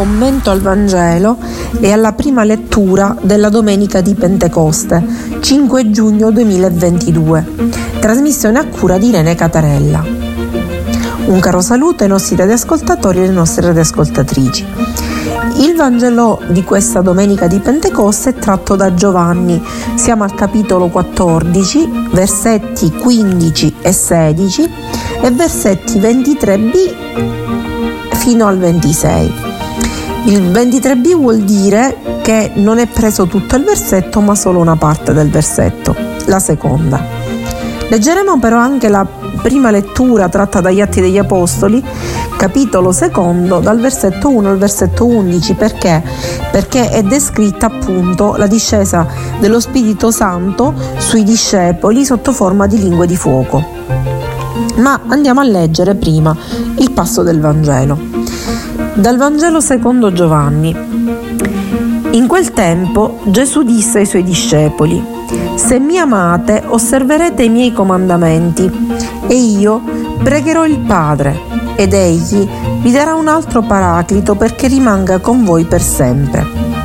commento al Vangelo e alla prima lettura della domenica di Pentecoste, 5 giugno 2022, trasmissione a cura di Irene Catarella. Un caro saluto ai nostri radioascoltatori e alle nostre radioascoltatrici. Il Vangelo di questa domenica di Pentecoste è tratto da Giovanni. Siamo al capitolo 14, versetti 15 e 16 e versetti 23b fino al 26. Il 23b vuol dire che non è preso tutto il versetto, ma solo una parte del versetto, la seconda. Leggeremo però anche la prima lettura tratta dagli Atti degli Apostoli, capitolo secondo, dal versetto 1 al versetto 11. Perché? Perché è descritta appunto la discesa dello Spirito Santo sui discepoli sotto forma di lingue di fuoco. Ma andiamo a leggere prima il passo del Vangelo. Dal Vangelo secondo Giovanni. In quel tempo Gesù disse ai suoi discepoli: «Se mi amate, osserverete i miei comandamenti, e io pregherò il Padre, ed egli vi darà un altro paraclito perché rimanga con voi per sempre.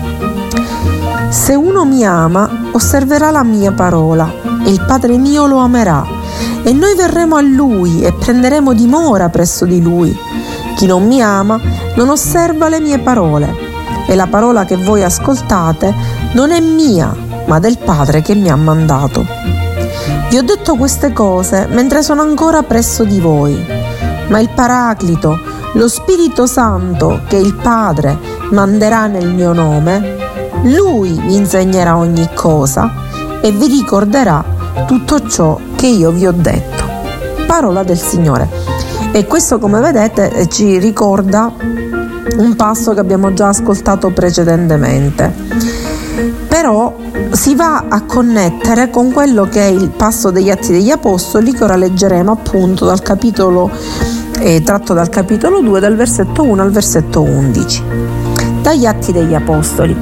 Se uno mi ama, osserverà la mia parola, e il Padre mio lo amerà, e noi verremo a lui e prenderemo dimora presso di lui. Chi non mi ama non osserva le mie parole, e la parola che voi ascoltate non è mia, ma del Padre che mi ha mandato. Vi ho detto queste cose mentre sono ancora presso di voi, ma il Paraclito, lo Spirito Santo che il Padre manderà nel mio nome, Lui vi insegnerà ogni cosa e vi ricorderà tutto ciò che io vi ho detto». Parola del Signore. E questo, come vedete, ci ricorda un passo che abbiamo già ascoltato precedentemente. Però si va a connettere con quello che è il passo degli Atti degli Apostoli, che ora leggeremo appunto dal capitolo tratto dal capitolo 2, dal versetto 1 al versetto 11. Dagli Atti degli Apostoli.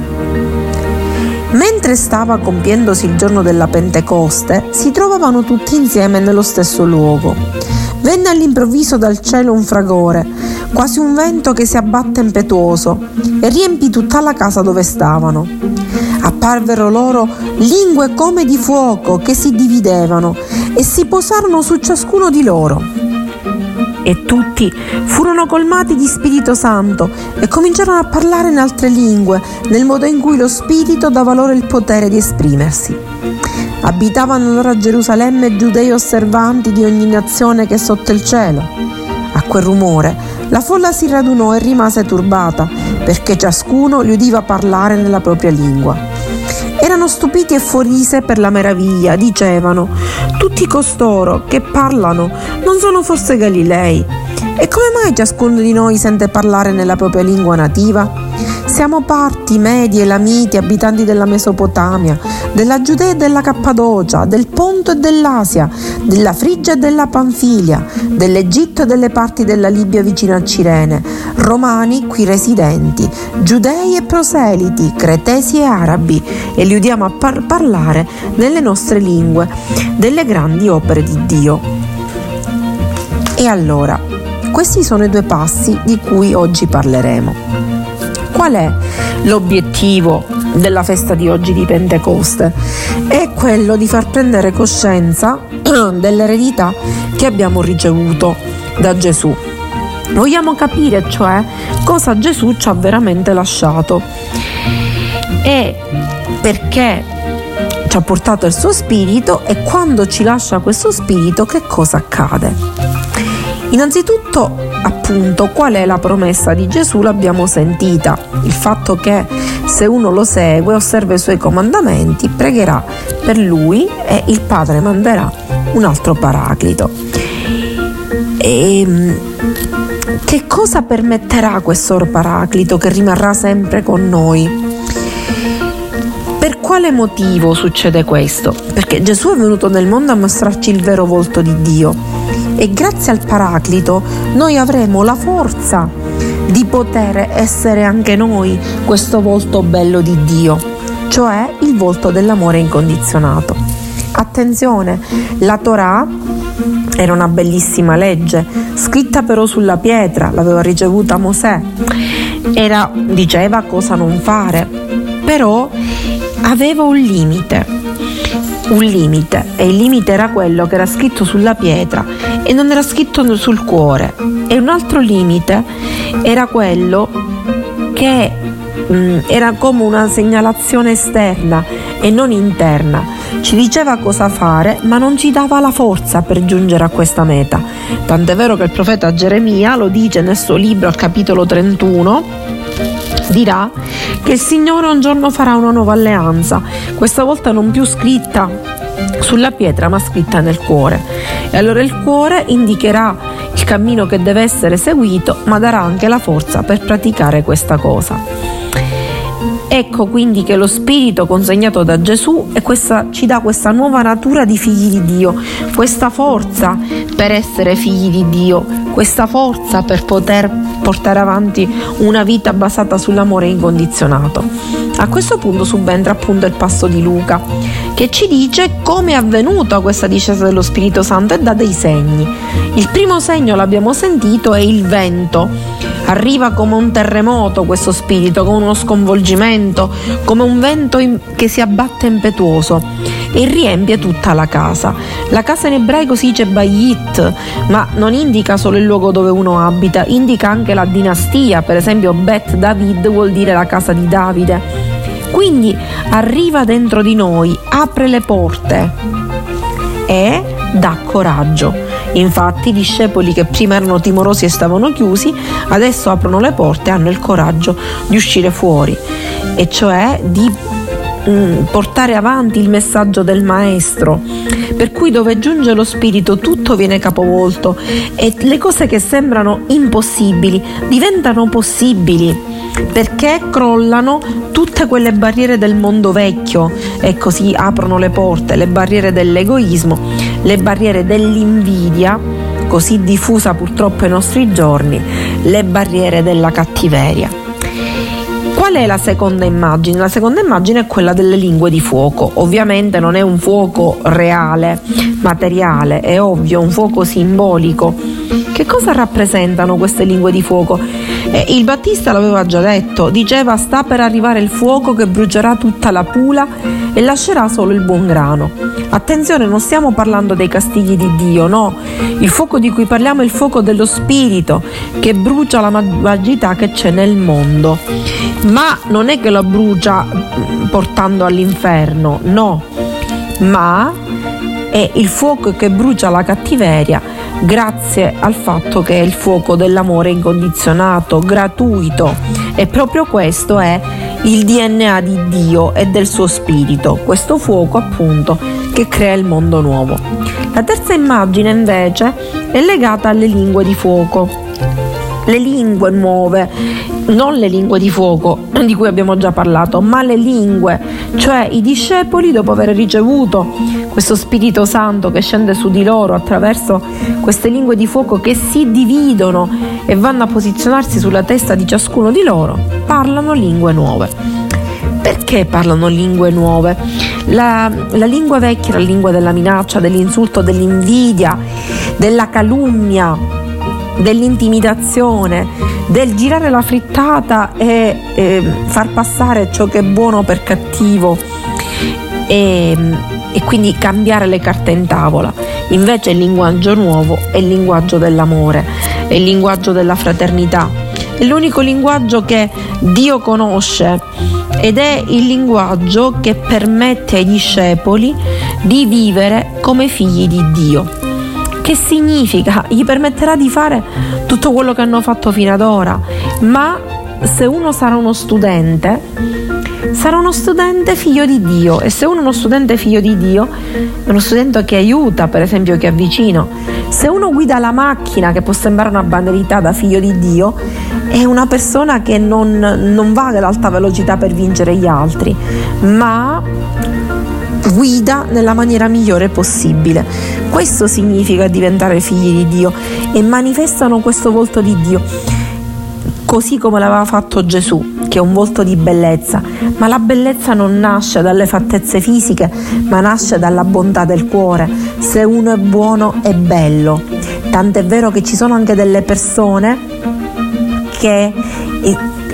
Mentre stava compiendosi il giorno della Pentecoste, si trovavano tutti insieme nello stesso luogo. Venne all'improvviso dal cielo un fragore, quasi un vento che si abbatte impetuoso, e riempì tutta la casa dove stavano. Apparvero loro lingue come di fuoco che si dividevano e si posarono su ciascuno di loro. E tutti furono colmati di Spirito Santo e cominciarono a parlare in altre lingue, nel modo in cui lo Spirito dava loro il potere di esprimersi. Abitavano allora a Gerusalemme giudei osservanti di ogni nazione che è sotto il cielo. A quel rumore la folla si radunò e rimase turbata, perché ciascuno li udiva parlare nella propria lingua. Erano stupiti e fuorise per la meraviglia, dicevano: «Tutti costoro che parlano non sono forse Galilei? E come mai ciascuno di noi sente parlare nella propria lingua nativa? Siamo parti, Medi, Elamiti, abitanti della Mesopotamia, della Giudea e della Cappadocia, del Ponto e dell'Asia, della Frigia e della Panfilia, dell'Egitto e delle parti della Libia vicino a Cirene, romani qui residenti, giudei e proseliti, cretesi e arabi, e li udiamo a parlare nelle nostre lingue delle grandi opere di Dio». E allora, questi sono i due passi di cui oggi parleremo. Qual è l'obiettivo della festa di oggi di Pentecoste? È quello di far prendere coscienza dell'eredità che abbiamo ricevuto da Gesù. Vogliamo capire, cioè, cosa Gesù ci ha veramente lasciato e perché ci ha portato il suo Spirito, e quando ci lascia questo Spirito che cosa accade. Innanzitutto, appunto, qual è la promessa di Gesù? L'abbiamo sentita, il fatto che se uno lo segue, osserva i suoi comandamenti, pregherà per lui e il Padre manderà un altro paraclito. E che cosa permetterà questo paraclito che rimarrà sempre con noi? Per quale motivo succede questo? Perché Gesù è venuto nel mondo a mostrarci il vero volto di Dio, e grazie al Paraclito noi avremo la forza di poter essere anche noi questo volto bello di Dio, cioè il volto dell'amore incondizionato. Attenzione, la Torah era una bellissima legge, scritta però sulla pietra, l'aveva ricevuta Mosè, diceva cosa non fare, però aveva un limite, e il limite era quello che era scritto sulla pietra e non era scritto sul cuore, e un altro limite era quello che era come una segnalazione esterna e non interna. Ci diceva cosa fare, ma non ci dava la forza per giungere a questa meta. Tant'è vero che il profeta Geremia lo dice nel suo libro al capitolo 31, dirà che il Signore un giorno farà una nuova alleanza, questa volta non più scritta sulla pietra ma scritta nel cuore, e allora il cuore indicherà il cammino che deve essere seguito, ma darà anche la forza per praticare questa cosa. Ecco quindi che lo Spirito consegnato da Gesù ci dà questa nuova natura di figli di Dio, questa forza per essere figli di Dio, questa forza per poter portare avanti una vita basata sull'amore incondizionato. A questo punto subentra appunto il passo di Luca, che ci dice come è avvenuta questa discesa dello Spirito Santo e dà dei segni. Il primo segno, l'abbiamo sentito, è il vento. Arriva come un terremoto questo spirito, come uno sconvolgimento, come un vento che si abbatte impetuoso e riempie tutta la casa. La casa in ebraico si dice Bayit, ma non indica solo il luogo dove uno abita, indica anche la dinastia. Per esempio Bet David vuol dire la casa di Davide. Quindi arriva dentro di noi, apre le porte e dà coraggio. Infatti i discepoli che prima erano timorosi e stavano chiusi, adesso aprono le porte e hanno il coraggio di uscire fuori, e cioè di portare avanti il messaggio del Maestro. Per cui dove giunge lo Spirito tutto viene capovolto e le cose che sembrano impossibili diventano possibili, perché crollano tutte quelle barriere del mondo vecchio e così aprono le porte, le barriere dell'egoismo, le barriere dell'invidia, così diffusa purtroppo ai nostri giorni, le barriere della cattiveria. Qual è la seconda immagine? La seconda immagine è quella delle lingue di fuoco. Ovviamente non è un fuoco reale, materiale, è ovvio, un fuoco simbolico. Che cosa rappresentano queste lingue di fuoco? Il Battista l'aveva già detto, diceva: sta per arrivare il fuoco che brucerà tutta la pula e lascerà solo il buon grano. Attenzione, non stiamo parlando dei castigli di Dio, no. Il fuoco di cui parliamo è il fuoco dello Spirito che brucia la malvagità che c'è nel mondo, ma non è che lo brucia portando all'inferno, no, ma è il fuoco che brucia la cattiveria grazie al fatto che è il fuoco dell'amore incondizionato, gratuito, e proprio questo è il DNA di Dio e del suo Spirito, questo fuoco appunto che crea il mondo nuovo. La terza immagine invece è legata alle lingue di fuoco, le lingue nuove, non le lingue di fuoco di cui abbiamo già parlato, ma le lingue, cioè i discepoli dopo aver ricevuto questo Spirito Santo che scende su di loro attraverso queste lingue di fuoco che si dividono e vanno a posizionarsi sulla testa di ciascuno di loro, parlano lingue nuove. Perché parlano lingue nuove? La lingua vecchia era la lingua della minaccia, dell'insulto, dell'invidia, della calunnia, dell'intimidazione, del girare la frittata e far passare ciò che è buono per cattivo e quindi cambiare le carte in tavola. Invece il linguaggio nuovo è il linguaggio dell'amore, è il linguaggio della fraternità, è l'unico linguaggio che Dio conosce ed è il linguaggio che permette ai discepoli di vivere come figli di Dio. Che significa? Gli permetterà di fare tutto quello che hanno fatto fino ad ora, ma se uno sarà uno studente figlio di Dio, e se uno è uno studente figlio di Dio è uno studente che aiuta, per esempio, che è vicino. Se uno guida la macchina, che può sembrare una banalità da figlio di Dio, è una persona che non va all'alta velocità per vincere gli altri, ma guida nella maniera migliore possibile. Questo significa diventare figli di Dio, e manifestano questo volto di Dio così come l'aveva fatto Gesù, che è un volto di bellezza, ma la bellezza non nasce dalle fattezze fisiche, ma nasce dalla bontà del cuore. Se uno è buono è bello, tant'è vero che ci sono anche delle persone che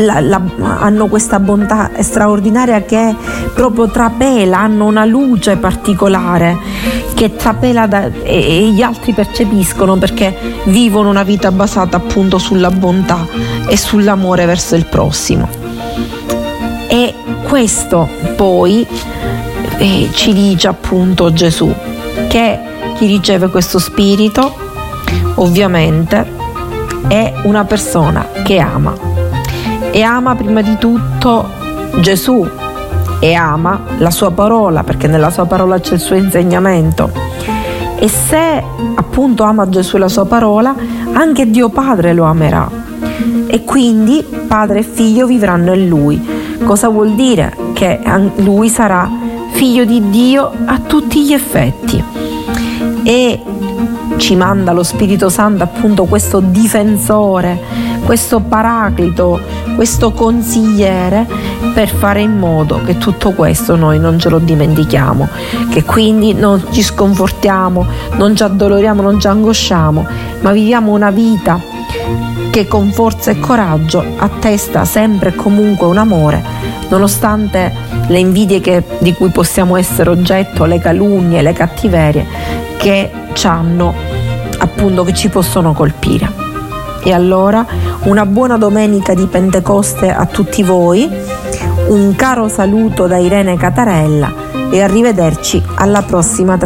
hanno questa bontà straordinaria che proprio trapela, hanno una luce particolare che trapela e gli altri percepiscono, perché vivono una vita basata appunto sulla bontà e sull'amore verso il prossimo. E questo poi ci dice appunto Gesù, che chi riceve questo spirito ovviamente è una persona che ama, e ama prima di tutto Gesù, e ama la sua parola, perché nella sua parola c'è il suo insegnamento. E se appunto ama Gesù e la sua parola, anche Dio Padre lo amerà, e quindi padre e figlio vivranno in lui. Cosa vuol dire? Che lui sarà figlio di Dio a tutti gli effetti, e ci manda lo Spirito Santo appunto questo difensore, questo paraclito, questo consigliere, per fare in modo che tutto questo noi non ce lo dimentichiamo, che quindi non ci sconfortiamo, non ci addoloriamo, non ci angosciamo, ma viviamo una vita che con forza e coraggio attesta sempre e comunque un amore, nonostante le invidie di cui possiamo essere oggetto, le calunnie, le cattiverie che ci possono colpire. E allora una buona domenica di Pentecoste a tutti voi, un caro saluto da Irene Catarella, e arrivederci alla prossima